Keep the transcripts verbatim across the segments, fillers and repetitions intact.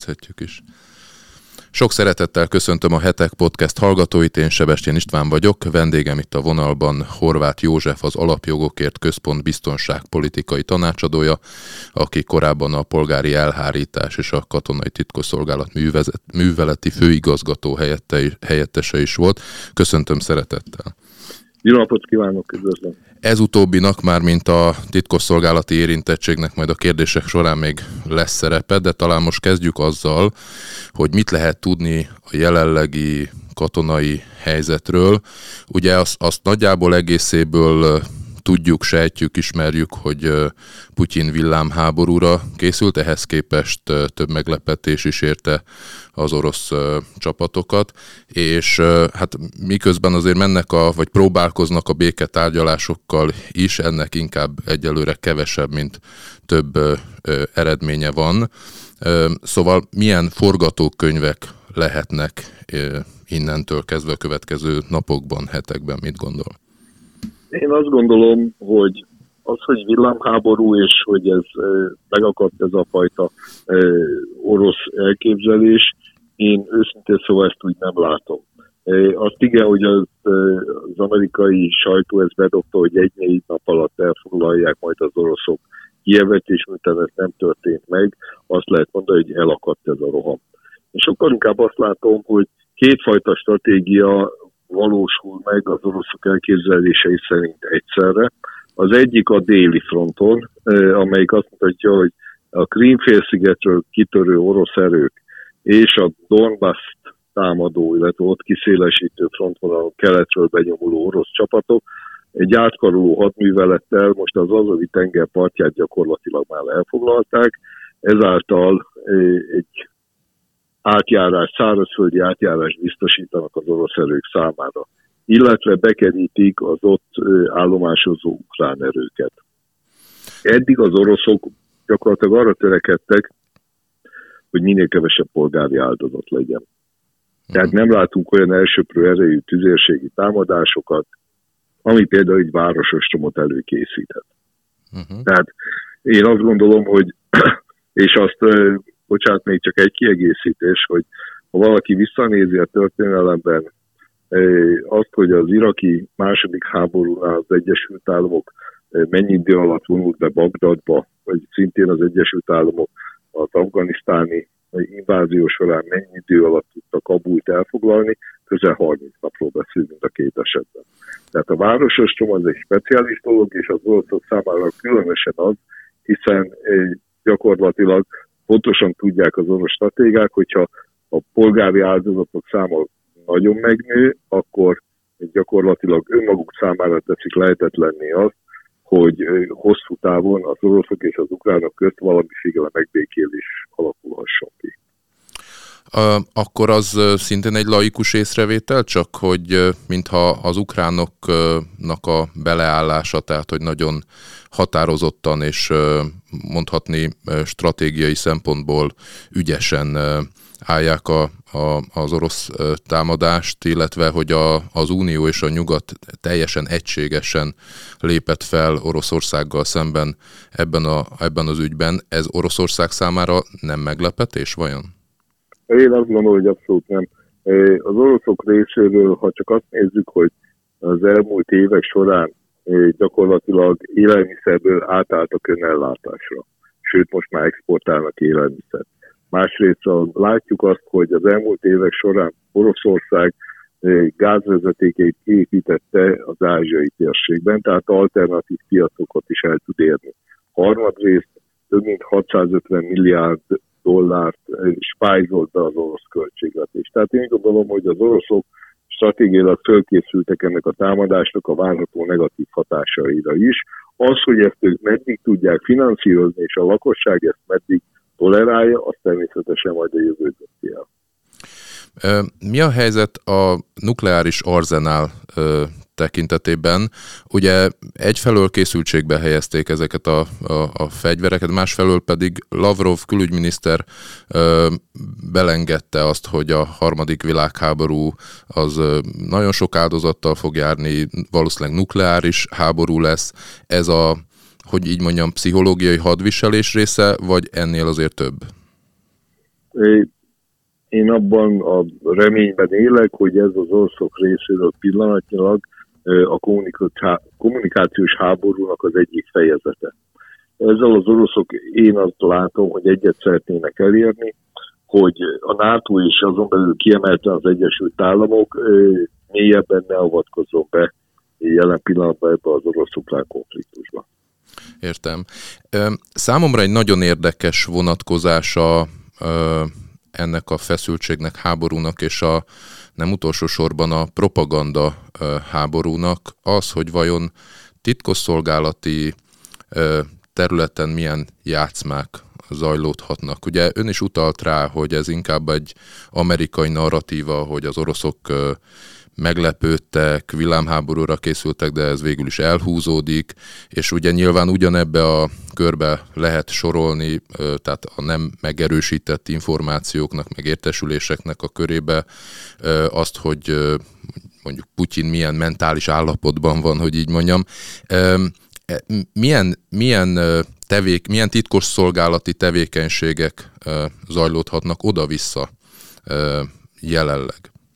is. Sok szeretettel köszöntöm a Hetek Podcast hallgatóit, én Sebestyén István vagyok, vendégem itt a vonalban Horváth József, az Alapjogokért Központ biztonságpolitikai tanácsadója, aki korábban a polgári elhárítás és a katonai titkosszolgálat műveleti főigazgató helyettese is volt. Köszöntöm szeretettel. Jó napot kívánok, üdvözlöm! Ez utóbbinak már, mint a titkosszolgálati érintettségnek majd a kérdések során még lesz szerepe, de talán most kezdjük azzal, hogy mit lehet tudni a jelenlegi katonai helyzetről. Ugye azt, azt nagyjából egészéből tudjuk, sejtjük, ismerjük, hogy Putyin villámháborúra készült, ehhez képest több meglepetés is érte az orosz csapatokat, és hát miközben azért mennek, a, vagy próbálkoznak a béketárgyalásokkal is, ennek inkább egyelőre kevesebb, mint több eredménye van. Szóval milyen forgatókönyvek lehetnek innentől kezdve a következő napokban, hetekben, mit gondol? Én azt gondolom, hogy az, hogy villámháború, és hogy ez megakadt ez a fajta orosz elképzelés, én őszintén szóval ezt úgy nem látom. Azt igen, hogy az, az amerikai sajtó ezt bedobta, hogy egy-négy nap alatt elfoglalják majd az oroszok Kijevet, és miután ez nem történt meg, azt lehet mondani, hogy elakadt ez a roham. Én sokkal inkább azt látom, hogy kétfajta stratégia valósul meg az oroszok elképzelései szerint egyszerre. Az egyik a déli fronton, amelyik azt mutatja, hogy a Krím-félszigetről kitörő orosz erők és a Donbass támadó, illetve ott kiszélesítő frontvonalon keletről benyomuló orosz csapatok egy átkaroló hadművelettel most az Azovi tenger partját gyakorlatilag már elfoglalták, ezáltal egy átjárás, szárazföldi átjárás biztosítanak az orosz erők számára, illetve bekerítik az ott állomásozó ukrán erőket. Eddig az oroszok gyakorlatilag arra törekedtek, hogy minél kevesebb polgári áldozat legyen. Tehát nem látunk olyan elsöprő erejű tüzérségi támadásokat, ami például egy városostromot előkészíthet. Uh-huh. Tehát én azt gondolom, hogy és azt bocsánat, még csak egy kiegészítés, hogy ha valaki visszanézi a történelemben azt, hogy az iraki második háborúnál az Egyesült Államok mennyi idő alatt vonult be Bagdadba, vagy szintén az Egyesült Államok az afganisztáni invázió során mennyi idő alatt tudta Kabult elfoglalni, közel harminc napról beszélünk a két esetben. Tehát a városostrom az egy speciális dolog, és az oroszok számára különösen az, hiszen gyakorlatilag pontosan tudják az orosz stratégák, hogyha a polgári áldozatok száma nagyon megnő, akkor gyakorlatilag önmaguk számára teszik lehetetlenné azt, hogy hosszú távon az oroszok és az ukránok közt valamiféle megbékélés alakulhasson ki. Akkor az szintén egy laikus észrevétel, csak hogy mintha az ukránoknak a beleállása, tehát hogy nagyon határozottan és mondhatni stratégiai szempontból ügyesen állják a, a, az orosz támadást, illetve hogy a, az Unió és a Nyugat teljesen egységesen lépett fel Oroszországgal szemben ebben, a, ebben az ügyben. Ez Oroszország számára nem meglepetés vajon? Én azt gondolom, hogy abszolút nem. Az oroszok részéről, ha csak azt nézzük, hogy az elmúlt évek során gyakorlatilag élelmiszerből átálltak önellátásra. Sőt, most már exportálnak élelmiszert. Másrészt látjuk azt, hogy az elmúlt évek során Oroszország gázvezetékeit építette az ázsiai térségben, tehát alternatív piacokat is el tud érni. Harmadrészt több mint hatszázötven milliárd dollárt spájzolt be az orosz költségvetés. Tehát én gondolom, hogy az oroszok stratégiailag fölkészültek ennek a támadásnak a várható negatív hatásaira is. Az, hogy ezt ők meddig tudják finanszírozni, és a lakosság ezt meddig tolerálja, az természetesen majd a jövő dönti el. Mi a helyzet a nukleáris arzenál tekintetében? Ugye egyfelől készültségbe helyezték ezeket a, a, a fegyvereket, másfelől pedig Lavrov külügyminiszter ö, belengedte azt, hogy a harmadik világháború az nagyon sok áldozattal fog járni, valószínűleg nukleáris háború lesz. Ez a, hogy így mondjam, pszichológiai hadviselés része, vagy ennél azért több? Én abban a reményben élek, hogy ez az oroszok részéről pillanatnyilag a kommunikációs háborúnak az egyik fejezete. Ezzel az oroszok, én azt látom, hogy egyet szeretnének elérni, hogy a NATO és azon belül kiemelten az Egyesült Államok mélyebben ne avatkozzon be jelen pillanatban ebbe az orosz-ukrán konfliktusba. Értem. Számomra egy nagyon érdekes vonatkozása ennek a feszültségnek, háborúnak és a nem utolsó sorban a propaganda háborúnak az, hogy vajon titkosszolgálati területen milyen játszmák zajlódhatnak. Ugye ön is utalt rá, hogy ez inkább egy amerikai narratíva, hogy az oroszok meglepődtek, villámháborúra készültek, de ez végül is elhúzódik, és ugye nyilván ugyanebbe a körbe lehet sorolni, tehát a nem megerősített információknak, meg értesüléseknek a körébe azt, hogy mondjuk Putyin milyen mentális állapotban van, hogy így mondjam. Milyen, milyen, tevék, milyen titkos szolgálati tevékenységek zajlódhatnak oda-vissza jelenleg?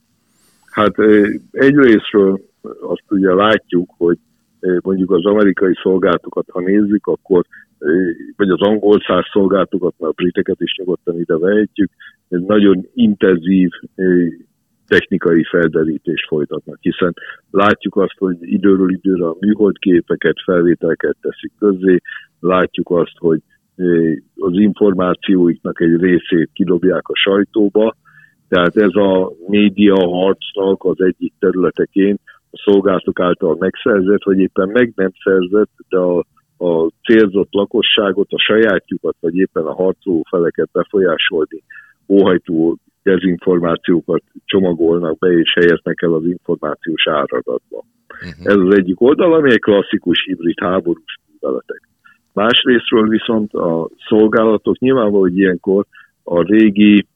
Hát egyrésztről azt ugye látjuk, hogy mondjuk az amerikai szolgálatokat, ha nézzük, akkor, vagy az angol száz szolgálatokat, mert a briteket is nyugodtan ide vehetjük, nagyon intenzív technikai felderítést folytatnak, hiszen látjuk azt, hogy időről időre a műholdképeket, felvételeket teszik közzé, látjuk azt, hogy az információiknak egy részét kidobják a sajtóba, tehát ez a média harcnak az egyik területeként a szolgálatok által megszerzett, vagy éppen meg nem szerzett, de a, a célzott lakosságot, a sajátjukat, vagy éppen a harcoló feleket befolyásolni, óhajtó dezinformációkat csomagolnak be, és helyeznek el az információs áradatba. Uh-huh. Ez az egyik oldal, ami egy klasszikus hibrid háborús műveletek. Másrésztről viszont a szolgálatok nyilvánvaló, hogy ilyenkor a régi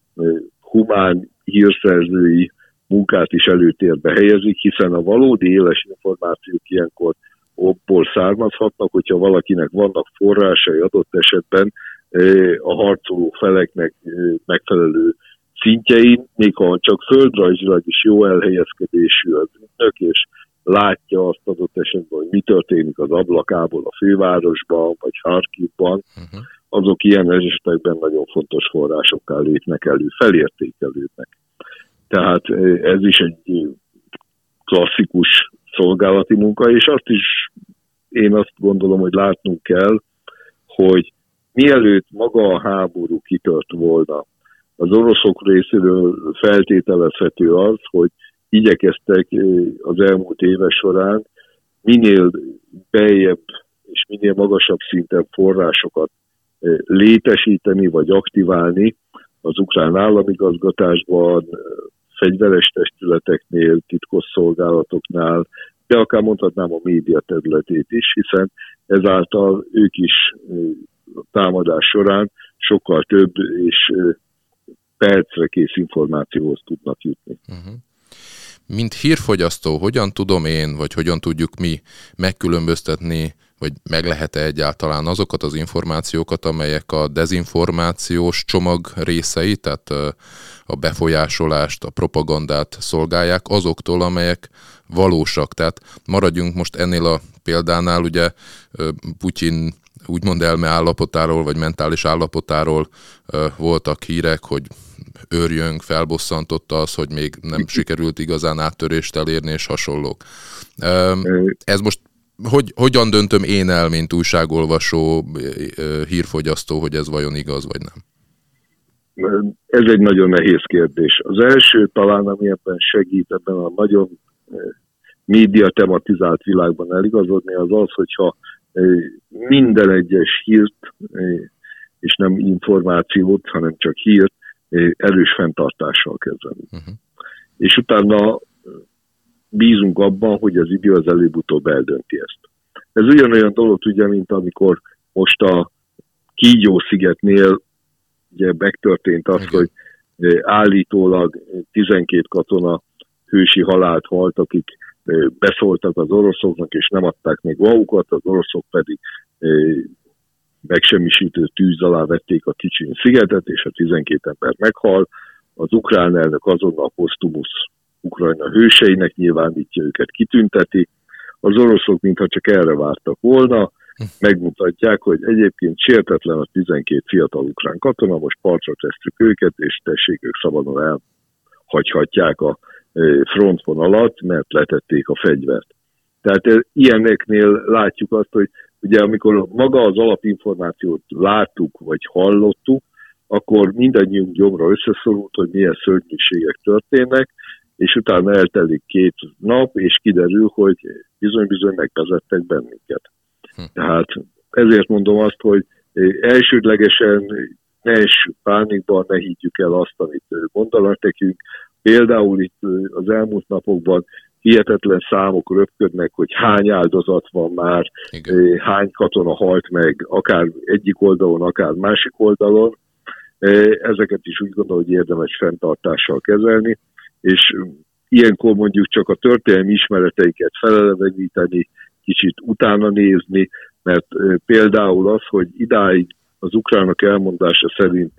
humán hírszerzői munkát is előtérbe helyezik, hiszen a valódi éles információk ilyenkor abból származhatnak, hogyha valakinek vannak forrásai adott esetben a harcoló feleknek megfelelő szintjein, még ha csak földrajzilag is jó elhelyezkedésű az ügynök, és látja azt adott esetben, hogy mi történik az ablakából a fővárosban, vagy Harkivban, uh-huh. azok ilyen esetekben nagyon fontos forrásokká lépnek elő, felértékelődnek. Tehát ez is egy klasszikus szolgálati munka, és azt is én azt gondolom, hogy látnunk kell, hogy mielőtt maga a háború kitört volna, az oroszok részéről feltételezhető az, hogy igyekeztek az elmúlt éves során minél beljebb és minél magasabb szinten forrásokat létesíteni vagy aktiválni az ukrán államigazgatásban, fegyveres testületeknél, titkosszolgálatoknál, de akár mondhatnám a média területét is, hiszen ezáltal ők is a támadás során sokkal több és percre kész információhoz tudnak jutni. Uh-huh. Mint hírfogyasztó, hogyan tudom én, vagy hogyan tudjuk mi megkülönböztetni, vagy meg lehet-e egyáltalán azokat az információkat, amelyek a dezinformációs csomag részei, tehát a befolyásolást, a propagandát szolgálják, azoktól, amelyek valósak. Tehát maradjunk most ennél a példánál, ugye Putyin úgymond elme állapotáról, vagy mentális állapotáról voltak hírek, hogy őrjönk, felbosszantotta az, hogy még nem sikerült igazán áttörést elérni, és hasonlók. Ez most hogy, hogyan döntöm én el, mint újságolvasó, hírfogyasztó, hogy ez vajon igaz, vagy nem? Ez egy nagyon nehéz kérdés. Az első talán, ami ebben segít, ebben a nagyon média tematizált világban eligazodni, az az, hogyha minden egyes hírt, és nem információt, hanem csak hírt, erős fenntartással kezelünk. Uh-huh. És utána bízunk abban, hogy az idő az előbb-utóbb eldönti ezt. Ez ugyanolyan dolog, ugye, mint amikor most a Kígyó-szigetnél ugye megtörtént az, okay. hogy állítólag tizenkét katona hősi halált halt, akik beszóltak az oroszoknak, és nem adták meg magukat, az oroszok pedig megsemmisítő tűz alá vették a Kicsin szigetet, és a tizenkét ember meghal. Az ukrán elnök azonnal posztumusz Ukrajna hőseinek nyilvánítja őket, kitünteti. Az oroszok mintha csak erre vártak volna, megmutatják, hogy egyébként sértetlen a tizenkét fiatal ukrán katona, most partra tesztük őket, és tessék, ők szabadon elhagyhatják a frontvonalat, mert letették a fegyvert. Tehát ilyeneknél látjuk azt, hogy ugye amikor maga az alapinformációt láttuk, vagy hallottuk, akkor mindannyiunk gyomra összeszorult, hogy milyen szörnyűségek történnek, és utána eltelik két nap, és kiderül, hogy bizony-bizony megvezettek bennünket. Hm. Tehát ezért mondom azt, hogy elsődlegesen ne essünk pánikban, ne higgyük el azt, amit mondanak nekünk. Például itt az elmúlt napokban hihetetlen számok röpködnek, hogy hány áldozat van már, igen, hány katona halt meg, akár egyik oldalon, akár másik oldalon. Ezeket is úgy gondolom, hogy érdemes fenntartással kezelni, és ilyenkor mondjuk csak a történelmi ismereteiket feleleveníteni, kicsit utána nézni, mert például az, hogy idáig az ukránok elmondása szerint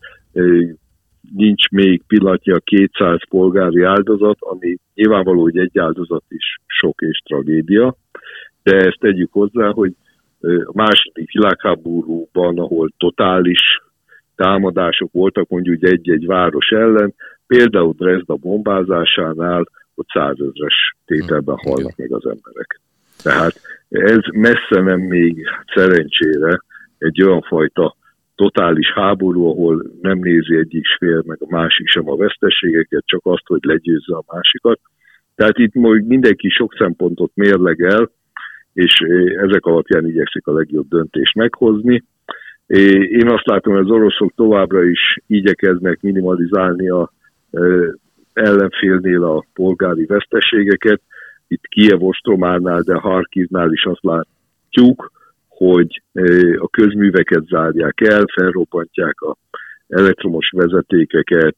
nincs még pillanatnyilag kétszáz polgári áldozat, ami nyilvánvaló, hogy egy áldozat is sok és tragédia, de ezt tegyük hozzá, hogy a második világháborúban, ahol totális támadások voltak mondjuk egy-egy város ellen, például Dresda bombázásánál ott százezres tételben halnak meg az emberek. Tehát ez messze nem még szerencsére egy olyan fajta totális háború, ahol nem nézi egyik fél, meg a másik sem a veszteségeket, csak azt, hogy legyőzze a másikat. Tehát itt majd mindenki sok szempontot mérlegel, és ezek alapján igyekszik a legjobb döntést meghozni. Én azt látom, hogy az oroszok továbbra is igyekeznek minimalizálni a ellenfélnél a polgári veszteségeket. Itt Kijev-Ostrománál, de Harkivnál is azt látjuk, hogy a közműveket zárják el, felrobbantják az elektromos vezetékeket,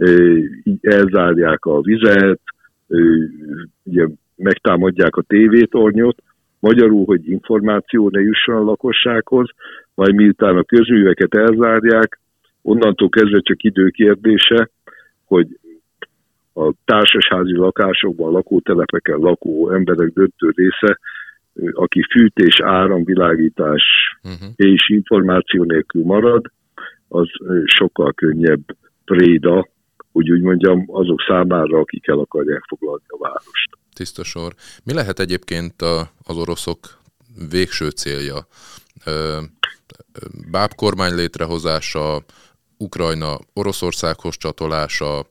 elzárják a vizet, ugye megtámadják a tévétornyot, magyarul, hogy információ ne jusson a lakossághoz, majd miután a közműveket elzárják, onnantól kezdve csak időkérdése, hogy a társasházi lakásokban, lakótelepeken lakó emberek döntő része, aki fűtés, áram, világítás uh-huh. és információ nélkül marad, az sokkal könnyebb préda, hogy úgy mondjam, azok számára, akik el akarják foglalni a várost. Tiszta sor. Mi lehet egyébként az oroszok végső célja? Báb kormány létrehozása, Ukrajna Oroszországhoz csatolása,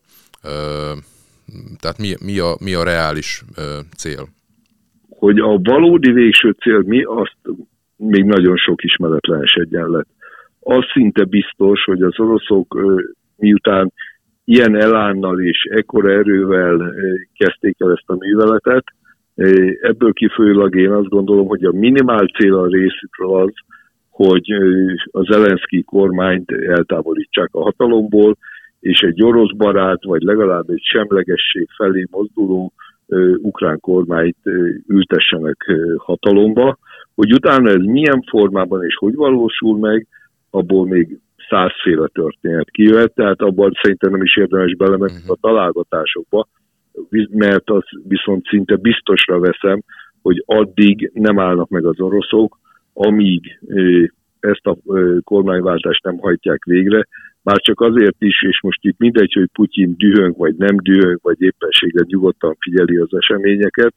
tehát mi, mi, a, mi a reális cél? Hogy a valódi végső cél mi, azt még nagyon sok ismeretlen egyenlet. Az szinte biztos, hogy az oroszok miután ilyen elánnal és ekkora erővel kezdték el ezt a műveletet, ebből kifolyólag én azt gondolom, hogy a minimál cél a részükről az, hogy a Zelenszkij kormányt eltávolítsák a hatalomból, és egy orosz barát, vagy legalább egy semlegesség felé mozduló ukrán kormányt ültessenek hatalomba. Hogy utána ez milyen formában és hogy valósul meg, abból még százféle történet kijöhet, tehát abban szerintem nem is érdemes belemenni a találgatásokba, mert az viszont szinte biztosra veszem, hogy addig nem állnak meg az oroszok, amíg ezt a kormányváltást nem hajtják végre, már csak azért is, és most itt mindegy, hogy Putyin dühöng, vagy nem dühöng, vagy éppenséggel nyugodtan figyeli az eseményeket,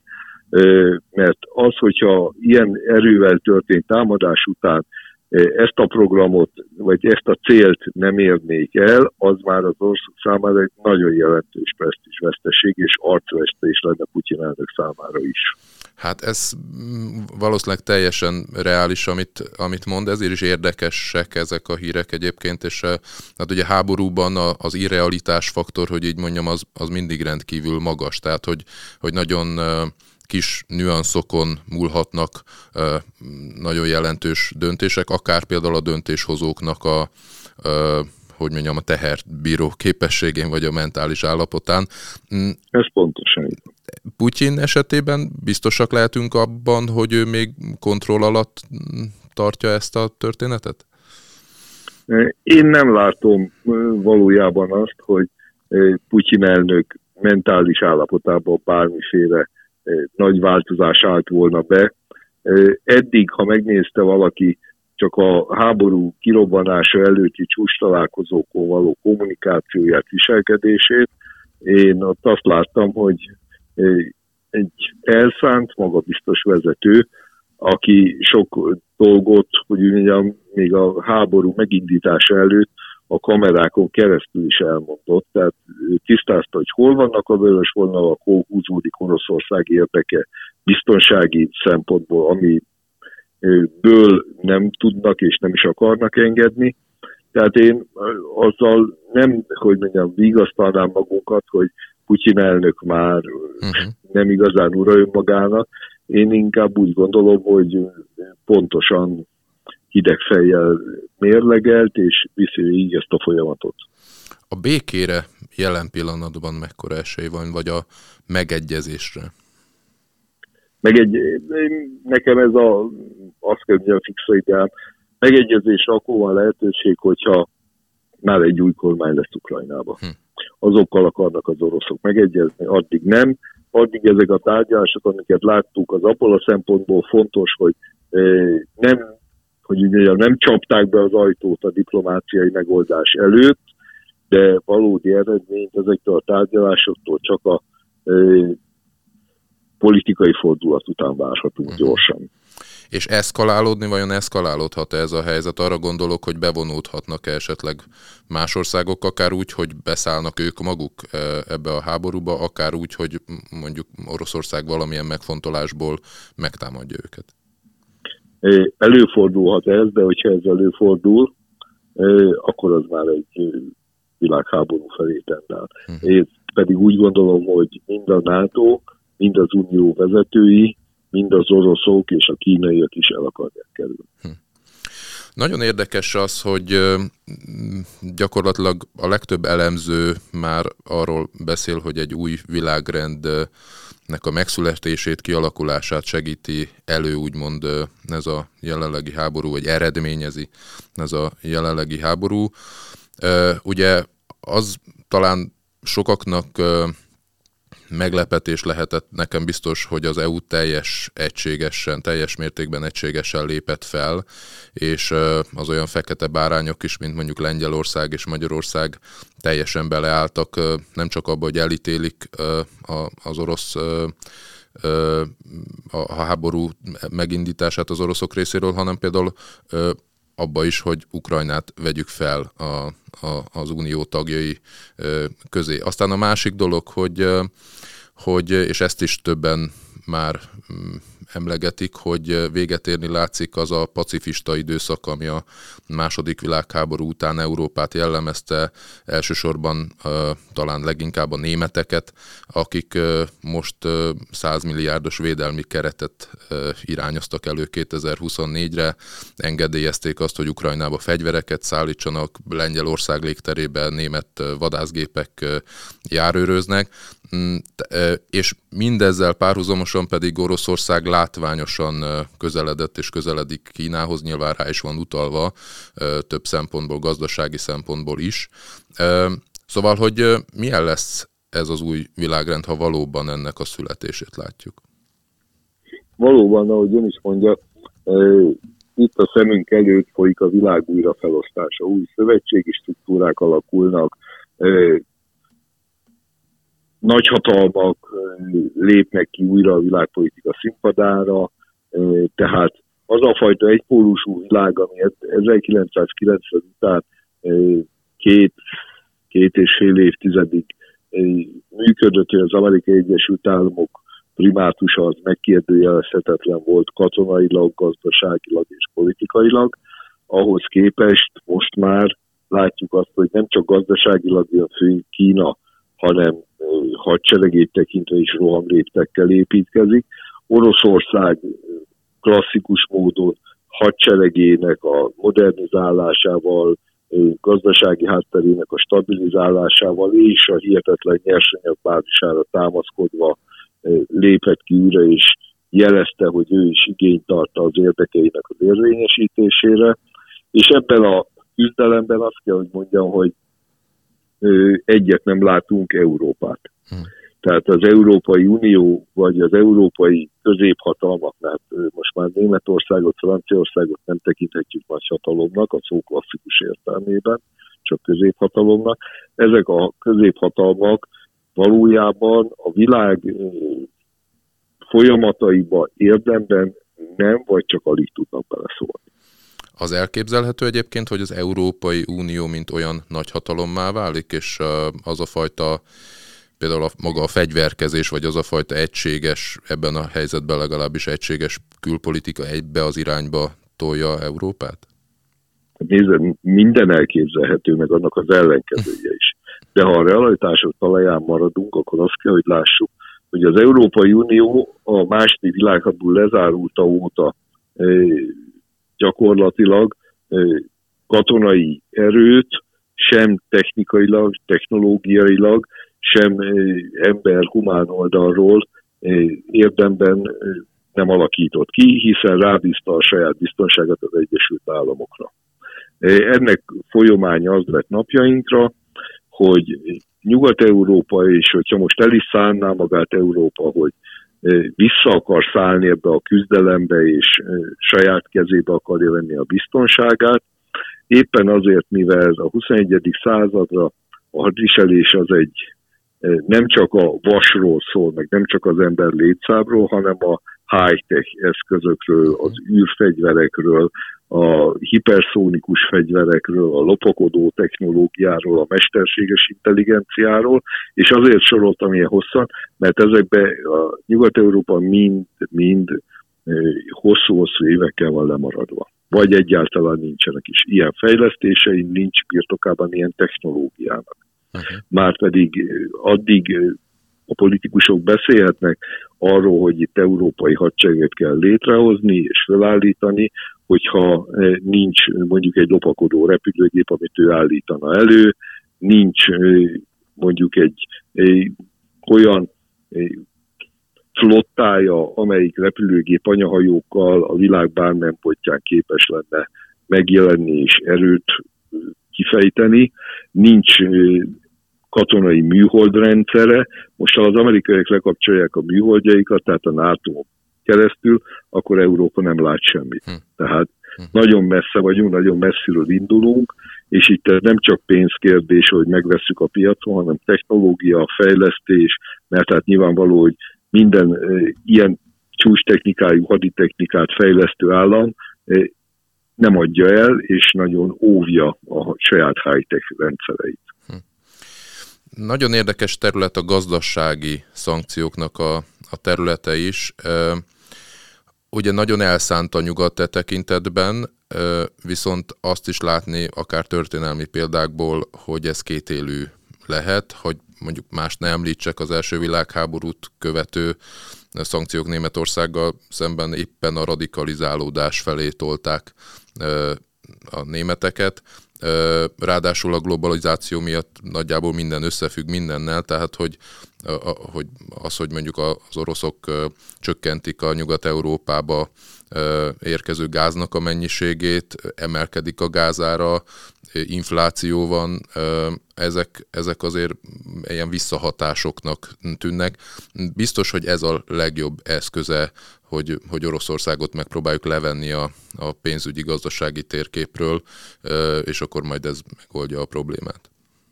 mert az, hogyha ilyen erővel történt támadás után ezt a programot, vagy ezt a célt nem érnék el, az már az ország számára egy nagyon jelentős presztízsveszteség, és arcvesztés lenne Putyin elnök számára is. Hát ez valószínűleg teljesen reális, amit, amit mond, ezért is érdekesek ezek a hírek egyébként, és hát ugye háborúban az irrealitás faktor, hogy így mondjam, az, az mindig rendkívül magas, tehát hogy, hogy nagyon kis nüanszokon múlhatnak nagyon jelentős döntések, akár például a döntéshozóknak a, hogy mondjam, a teherbíró képességén vagy a mentális állapotán. Ez pontosan. Putyin esetében biztosak lehetünk abban, hogy ő még kontroll alatt tartja ezt a történetet? Én nem látom valójában azt, hogy Putyin elnök mentális állapotában bármiféle nagy változás állt volna be. Eddig, ha megnézte valaki csak a háború kirobbanása előtti csúcstalálkozókon való kommunikációját, viselkedését, én ott azt láttam, hogy egy elszánt, magabiztos vezető, aki sok dolgot, hogy mondjam, még a háború megindítása előtt a kamerákon keresztül is elmondott. Tehát tisztázta, hogy hol vannak a vörös vonalak, hol húzódik Oroszország érdeke biztonsági szempontból, amiből nem tudnak és nem is akarnak engedni. Tehát én azzal nem, hogy mondjam, vigasztalnám magunkat, hogy Putyin elnök már uh-huh. nem igazán ura önmagának. Én inkább úgy gondolom, hogy pontosan hideg fejjel mérlegelt, és viszi így ezt a folyamatot. A békére jelen pillanatban mekkora esély van, vagy a megegyezésre? Megegy... Nekem ez a, azt kell mondjam, fixa ideám. Megegyezésre akkor van lehetőség, hogyha már egy új kormány lesz Ukrajnában. Hm. Azokkal akarnak az oroszok megegyezni, addig nem. Addig ezek a tárgyalások, amiket láttuk, az abból a szempontból fontos, hogy eh, nem, hogy mondjam, nem csapták be az ajtót a diplomáciai megoldás előtt, de valódi eredményt ezektől a tárgyalásoktól csak a eh, politikai fordulat után várhatunk uh-huh. gyorsan. És eszkalálódni, vajon eszkalálódhat ez a helyzet? Arra gondolok, hogy bevonódhatnak esetleg más országok, akár úgy, hogy beszállnak ők maguk ebbe a háborúba, akár úgy, hogy mondjuk Oroszország valamilyen megfontolásból megtámadja őket. Előfordulhat ez, de hogyha ez előfordul, akkor az már egy világháború felé tendál. Uh-huh. Én pedig úgy gondolom, hogy mind a NATO, mind az Unió vezetői, mind az oroszok és a kínaiak is el akarják kerülni. Hm. Nagyon érdekes az, hogy gyakorlatilag a legtöbb elemző már arról beszél, hogy egy új világrendnek a megszületését, kialakulását segíti elő, úgymond ez a jelenlegi háború, vagy eredményezi ez a jelenlegi háború. Ugye az talán sokaknak meglepetés lehetett, nekem biztos, hogy az é u teljes egységesen, teljes mértékben egységesen lépett fel, és az olyan fekete bárányok is, mint mondjuk Lengyelország és Magyarország teljesen beleálltak, nem csak abba, hogy elítélik az orosz a háború megindítását az oroszok részéről, hanem például abba is, hogy Ukrajnát vegyük fel a, a, az unió tagjai közé. Aztán a másik dolog, hogy, hogy és ezt is többen már emlegetik, hogy véget érni látszik az a pacifista időszak, ami a második világháború után Európát jellemezte, elsősorban talán leginkább a németeket, akik most száz milliárdos védelmi keretet irányoztak elő kétezer-huszonnégyre, engedélyezték azt, hogy Ukrajnába fegyvereket szállítsanak, Lengyelország légterében német vadászgépek járőröznek, és mindezzel párhuzamosan pedig Oroszország látványosan közeledett és közeledik Kínához, nyilván rá is van utalva több szempontból, gazdasági szempontból is. Szóval, hogy milyen lesz ez az új világrend, ha valóban ennek a születését látjuk? Valóban, ahogy ön is mondja, itt a szemünk előtt folyik a világ újrafelosztása, új szövetségi struktúrák alakulnak, nagyhatalmak lépnek ki újra a világpolitika színpadára, tehát az a fajta egypólusú világ, ami ezerkilencszázkilencven után két, két és fél évtizedig működött, hogy az Amerikai Egyesült Államok primátusa az megkérdőjelezhetetlen volt katonailag, gazdaságilag és politikailag. Ahhoz képest most már látjuk azt, hogy nem csak gazdaságilag jön fő Kína, hanem hadseregét tekintve is rohamléptekkel építkezik. Oroszország klasszikus módon hadseregének a modernizálásával, gazdasági hátterének a stabilizálásával és a hihetetlen nyersanyagbázisára támaszkodva lépett ki újra, és jelezte, hogy ő is igényt tart az érdekeinek az érvényesítésére. És ebben a küzdelemben azt kell, hogy mondjam, hogy egyet nem látunk Európát. Hmm. Tehát az Európai Unió, vagy az európai középhatalmak, mert most már Németországot, Franciaországot nem tekinthetjük nagy hatalomnak, a szó klasszikus értelmében, csak középhatalomnak. Ezek a középhatalmak valójában a világ folyamataiba érdemben nem, vagy csak alig tudnak beleszólni. Az elképzelhető egyébként, hogy az Európai Unió mint olyan nagyhatalommá válik, és az a fajta, például a, maga a fegyverkezés, vagy az a fajta egységes, ebben a helyzetben legalábbis egységes külpolitika egybe az irányba tolja Európát? Nézd, minden elképzelhető, meg annak az ellenkezője is. De ha a realitások talaján maradunk, akkor azt kell, hogy lássuk, hogy az Európai Unió a második világháború lezárulta óta e, gyakorlatilag e, katonai erőt sem technikailag, technológiailag, sem e, ember humán oldalról e, érdemben e, nem alakított ki, hiszen rábízta a saját biztonságát az Egyesült Államokra. E, ennek folyamánya az lett napjainkra, hogy Nyugat-Európa, és hogyha most el is szánná magát Európa, hogy vissza akar szállni ebbe a küzdelembe, és saját kezébe akarja venni a biztonságát, éppen azért, mivel a huszonegyedik századra a hadviselés az egy nem csak a vasról szól, meg nem csak az ember létszámról, hanem a high-tech eszközökről, az űrfegyverekről, a hiperszónikus fegyverekről, a lopakodó technológiáról, a mesterséges intelligenciáról, és azért soroltam ilyen hosszan, mert ezekben a Nyugat-Európa mind, mind hosszú-hosszú évekkel van lemaradva. Vagy egyáltalán nincsenek is ilyen fejlesztései, nincs birtokában ilyen technológiának. Uh-huh. Márpedig addig a politikusok beszélhetnek arról, hogy itt európai hadsereget kell létrehozni és felállítani, hogyha nincs mondjuk egy lopakodó repülőgép, amit ő állítana elő, nincs mondjuk egy, egy olyan flottája, amelyik repülőgép anyahajókkal a világ bármilyen pontján képes lenne megjelenni és erőt kifejteni, nincs katonai műholdrendszere. Most ha az amerikaiak lekapcsolják a műholdjaikat, tehát a NATO keresztül, akkor Európa nem lát semmit. Hm. Tehát hm. nagyon messze vagyunk, nagyon messziről indulunk, és itt ez nem csak pénzkérdés, hogy megvesszük a piacon, hanem technológia, fejlesztés, mert tehát nyilvánvaló, hogy minden e, ilyen csúcstechnikájú haditechnikát fejlesztő állam e, nem adja el, és nagyon óvja a saját high-tech rendszereit. Hm. Nagyon érdekes terület a gazdasági szankcióknak a, a területe is. Ugye nagyon elszánt a nyugat e tekintetben, viszont azt is látni akár történelmi példákból, hogy ez kétélű lehet, hogy mondjuk más ne említsek, az első világháborút követő szankciók Németországgal szemben éppen a radikalizálódás felé tolták a németeket. Ráadásul a globalizáció miatt nagyjából minden összefügg mindennel, tehát hogy, hogy az, hogy mondjuk az oroszok csökkentik a Nyugat-Európába érkező gáznak a mennyiségét, emelkedik a gázára, infláció van, ezek, ezek azért ilyen visszahatásoknak tűnnek. Biztos, hogy ez a legjobb eszköze, hogy, hogy Oroszországot megpróbáljuk levenni a, a pénzügyi gazdasági térképről, és akkor majd ez megoldja a problémát.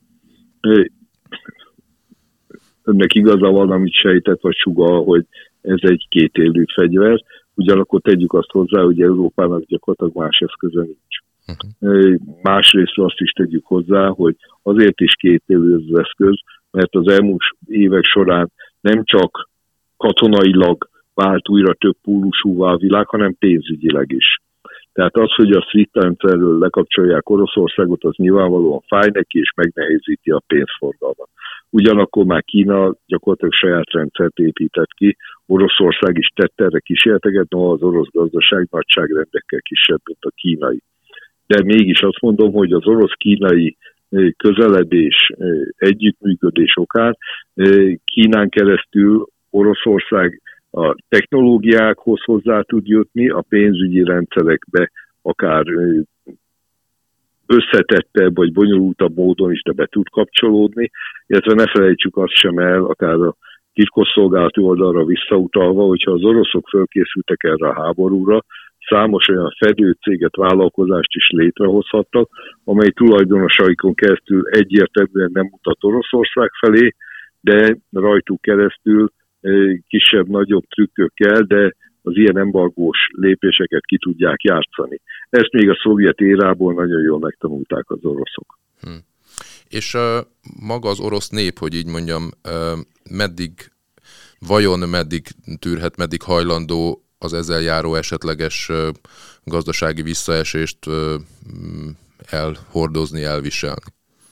Önnek igaza van, amit sejtett, vagy sugal, hogy ez egy kétélű fegyver, ugyanakkor tegyük azt hozzá, hogy Európának gyakorlatilag más eszköze nincs. Uh-huh. Másrészt azt is tegyük hozzá, hogy azért is kétélű ez az eszköz, mert az elmúlt évek során nem csak katonailag vált újra több pólusúvá a világ, hanem pénzügyileg is. Tehát az, hogy a SWIFT rendszerről lekapcsolják Oroszországot, az nyilvánvalóan fáj neki, és megnehezíti a pénzforgalmat. Ugyanakkor már Kína gyakorlatilag saját rendszert épített ki, Oroszország is tette erre kísérleteket, noha az orosz gazdaság nagyságrendekkel kisebb, mint a kínai. De mégis azt mondom, hogy az orosz-kínai közeledés, együttműködés okán Kínán keresztül Oroszország a technológiákhoz hozzá tud jutni, a pénzügyi rendszerekbe akár összetettebb vagy bonyolultabb módon is be tud kapcsolódni, illetve ne felejtsük azt sem el, akár a titkosszolgálati oldalra visszautalva, hogyha az oroszok fölkészültek erre a háborúra, számos olyan fedőcéget, vállalkozást is létrehozhattak, amely tulajdonosaikon keresztül egyértelműen nem mutat Oroszország felé, de rajtuk keresztül kisebb-nagyobb trükkökkel, de az ilyen embargós lépéseket ki tudják játszani. Ezt még a szovjet érából nagyon jól megtanulták az oroszok. Hm. És uh, maga az orosz nép, hogy így mondjam, uh, meddig, vajon meddig tűrhet, meddig hajlandó az ezzel járó esetleges uh, gazdasági visszaesést uh, elhordozni, elviselni?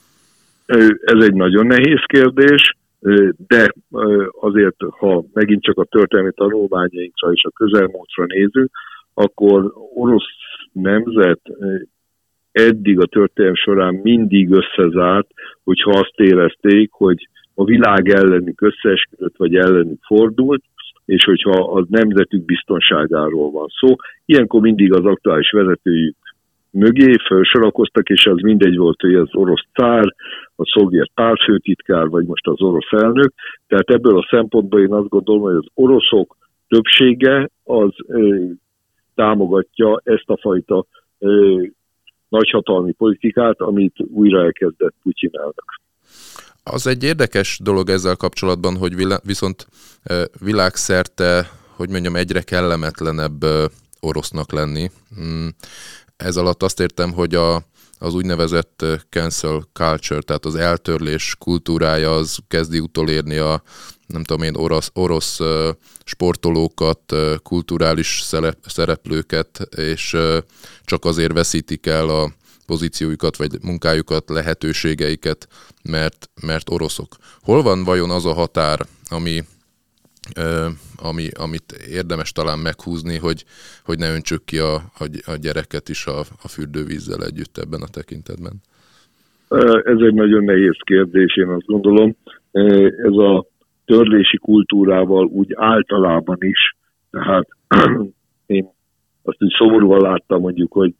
Ez egy nagyon nehéz kérdés, de azért, ha megint csak a történelmi tanulmányainkra és a közelmúltra nézünk, akkor orosz nemzet eddig a történelem során mindig összezárt, hogyha azt érezték, hogy a világ ellenük összeesküdött, vagy ellenük fordult, és hogyha a nemzetük biztonságáról van szó. Ilyenkor mindig az aktuális vezetőjük mögé felsorakoztak, és az mindegy volt, hogy az orosz cár, a szovjet pártfőtitkár, vagy most az orosz elnök. Tehát ebből a szempontból én azt gondolom, hogy az oroszok többsége az ö, támogatja ezt a fajta ö, nagyhatalmi politikát, amit újra elkezdett Putyin elnök. Az egy érdekes dolog ezzel kapcsolatban, hogy vilá- viszont ö, világszerte, hogy mondjam, egyre kellemetlenebb ö, orosznak lenni. Mm. Ez alatt azt értem, hogy a, az úgynevezett cancel culture, tehát az eltörlés kultúrája, az kezdi utolérni a, nem tudom én, orosz, orosz sportolókat, kulturális szereplőket, és csak azért veszítik el a pozíciójukat, vagy munkájukat, lehetőségeiket, mert, mert oroszok. Hol van vajon az a határ, ami... Ami, amit érdemes talán meghúzni, hogy, hogy ne öntsük ki a, a gyereket is a, a fürdővízzel együtt ebben a tekintetben? Ez egy nagyon nehéz kérdés, én azt gondolom. Ez a törlési kultúrával úgy általában is, tehát én azt úgy szomorúan láttam mondjuk, hogy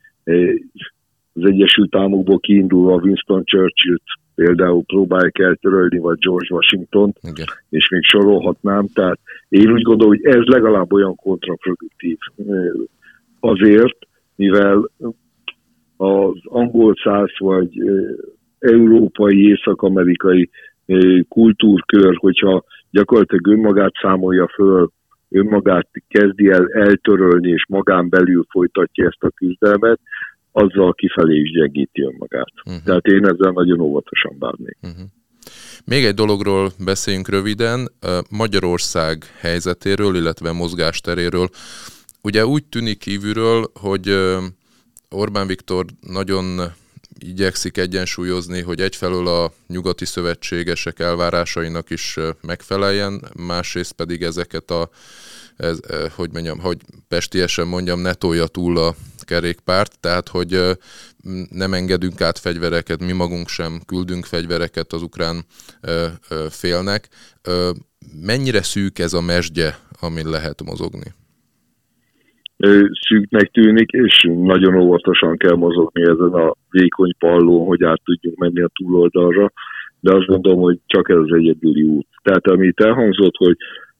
az Egyesült Államokból kiindulva Winston Churchill-t például próbálják eltörölni, vagy George Washington, okay. És még sorolhatnám. Tehát én úgy gondolom, hogy ez legalább olyan kontraproduktív. Azért, mivel az angol száz vagy európai, észak-amerikai kultúrkör, hogyha gyakorlatilag önmagát számolja föl, önmagát kezdi el eltörölni, és magán belül folytatja ezt a küzdelmet, azzal kifelé is gyengíti önmagát. Uh-huh. Tehát én ezzel nagyon óvatosan bánnék. Uh-huh. Még egy dologról beszéljünk röviden, Magyarország helyzetéről, illetve mozgásteréről. Ugye úgy tűnik kívülről, hogy Orbán Viktor nagyon igyekszik egyensúlyozni, hogy egyfelől a nyugati szövetségesek elvárásainak is megfeleljen, másrészt pedig ezeket a, ez, hogy mondjam, hogy pestiesen mondjam, ne tolja túl a kerékpárt, tehát hogy nem engedünk át fegyvereket, mi magunk sem küldünk fegyvereket az ukrán félnek. Mennyire szűk ez a mesdje, amin lehet mozogni? Szűknek tűnik, és nagyon óvatosan kell mozogni ezen a vékony pallón, hogy át tudjunk menni a túloldalra, de azt gondolom, hogy csak ez az egyedüli út. Tehát amit elhangzott, hogy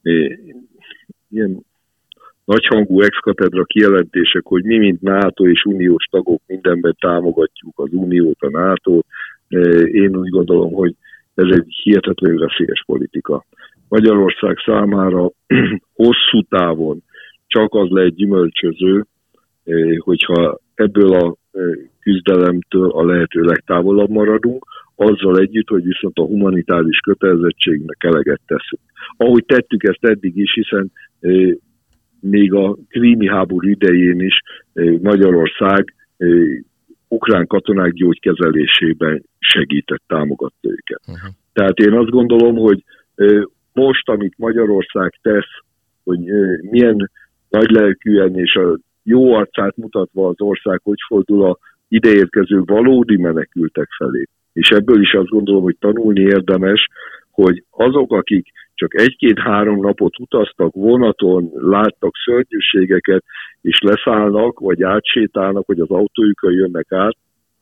ilyen nagyhangú ex-katedra kijelentések, hogy mi, mint NATO és uniós tagok mindenben támogatjuk az uniót, a nátót, én úgy gondolom, hogy ez egy hihetetlenül veszélyes politika. Magyarország számára hosszú távon csak az lehet gyümölcsöző, hogyha ebből a küzdelemtől a lehető legtávolabb maradunk, azzal együtt, hogy viszont a humanitárius kötelezettségnek eleget teszünk. Ahogy tettük ezt eddig is, hiszen még a krími háború idején is Magyarország ukrán katonák gyógykezelésében segített, támogatta őket. Uh-huh. Tehát én azt gondolom, hogy most, amit Magyarország tesz, hogy milyen nagylelkűen és a jó arcát mutatva az ország, hogy fordul a ideérkező valódi menekültek felé. És ebből is azt gondolom, hogy tanulni érdemes, hogy azok, akik csak egy-két-három napot utaztak vonaton, láttak szörnyűségeket, és leszállnak, vagy átsétálnak, vagy az autójukkal jönnek át,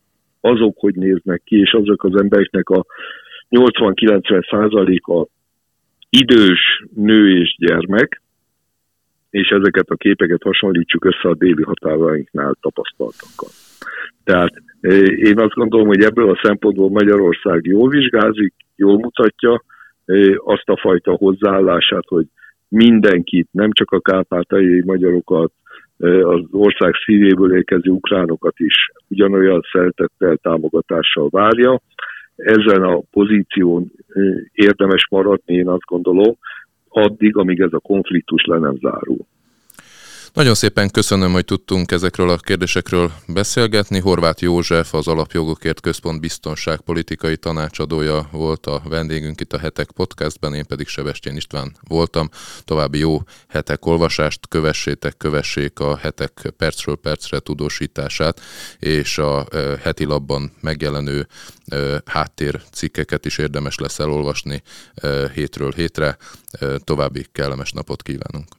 azok hogy néznek ki, és azok az embereknek a nyolcvan-kilencven százaléka idős, nő és gyermek, és ezeket a képeket hasonlítsuk össze a déli határainknál tapasztaltakkal. Tehát én azt gondolom, hogy ebből a szempontból Magyarország jól vizsgázik, jól mutatja azt a fajta hozzáállását, hogy mindenkit, nem csak a kárpátaljai magyarokat, az ország szívéből érkező ukránokat is ugyanolyan szeretettel, támogatással várja. Ezen a pozíción érdemes maradni, én azt gondolom, addig, amíg ez a konfliktus le nem zárul. Nagyon szépen köszönöm, hogy tudtunk ezekről a kérdésekről beszélgetni. Horváth József, az Alapjogokért Központ biztonságpolitikai tanácsadója volt a vendégünk itt a Hetek podcastben, én pedig Sebestyén István voltam. További jó Hetek olvasást, kövessétek, kövessék a Hetek percről percre tudósítását, és a heti labban megjelenő háttércikkeket is érdemes lesz elolvasni hétről hétre. További kellemes napot kívánunk!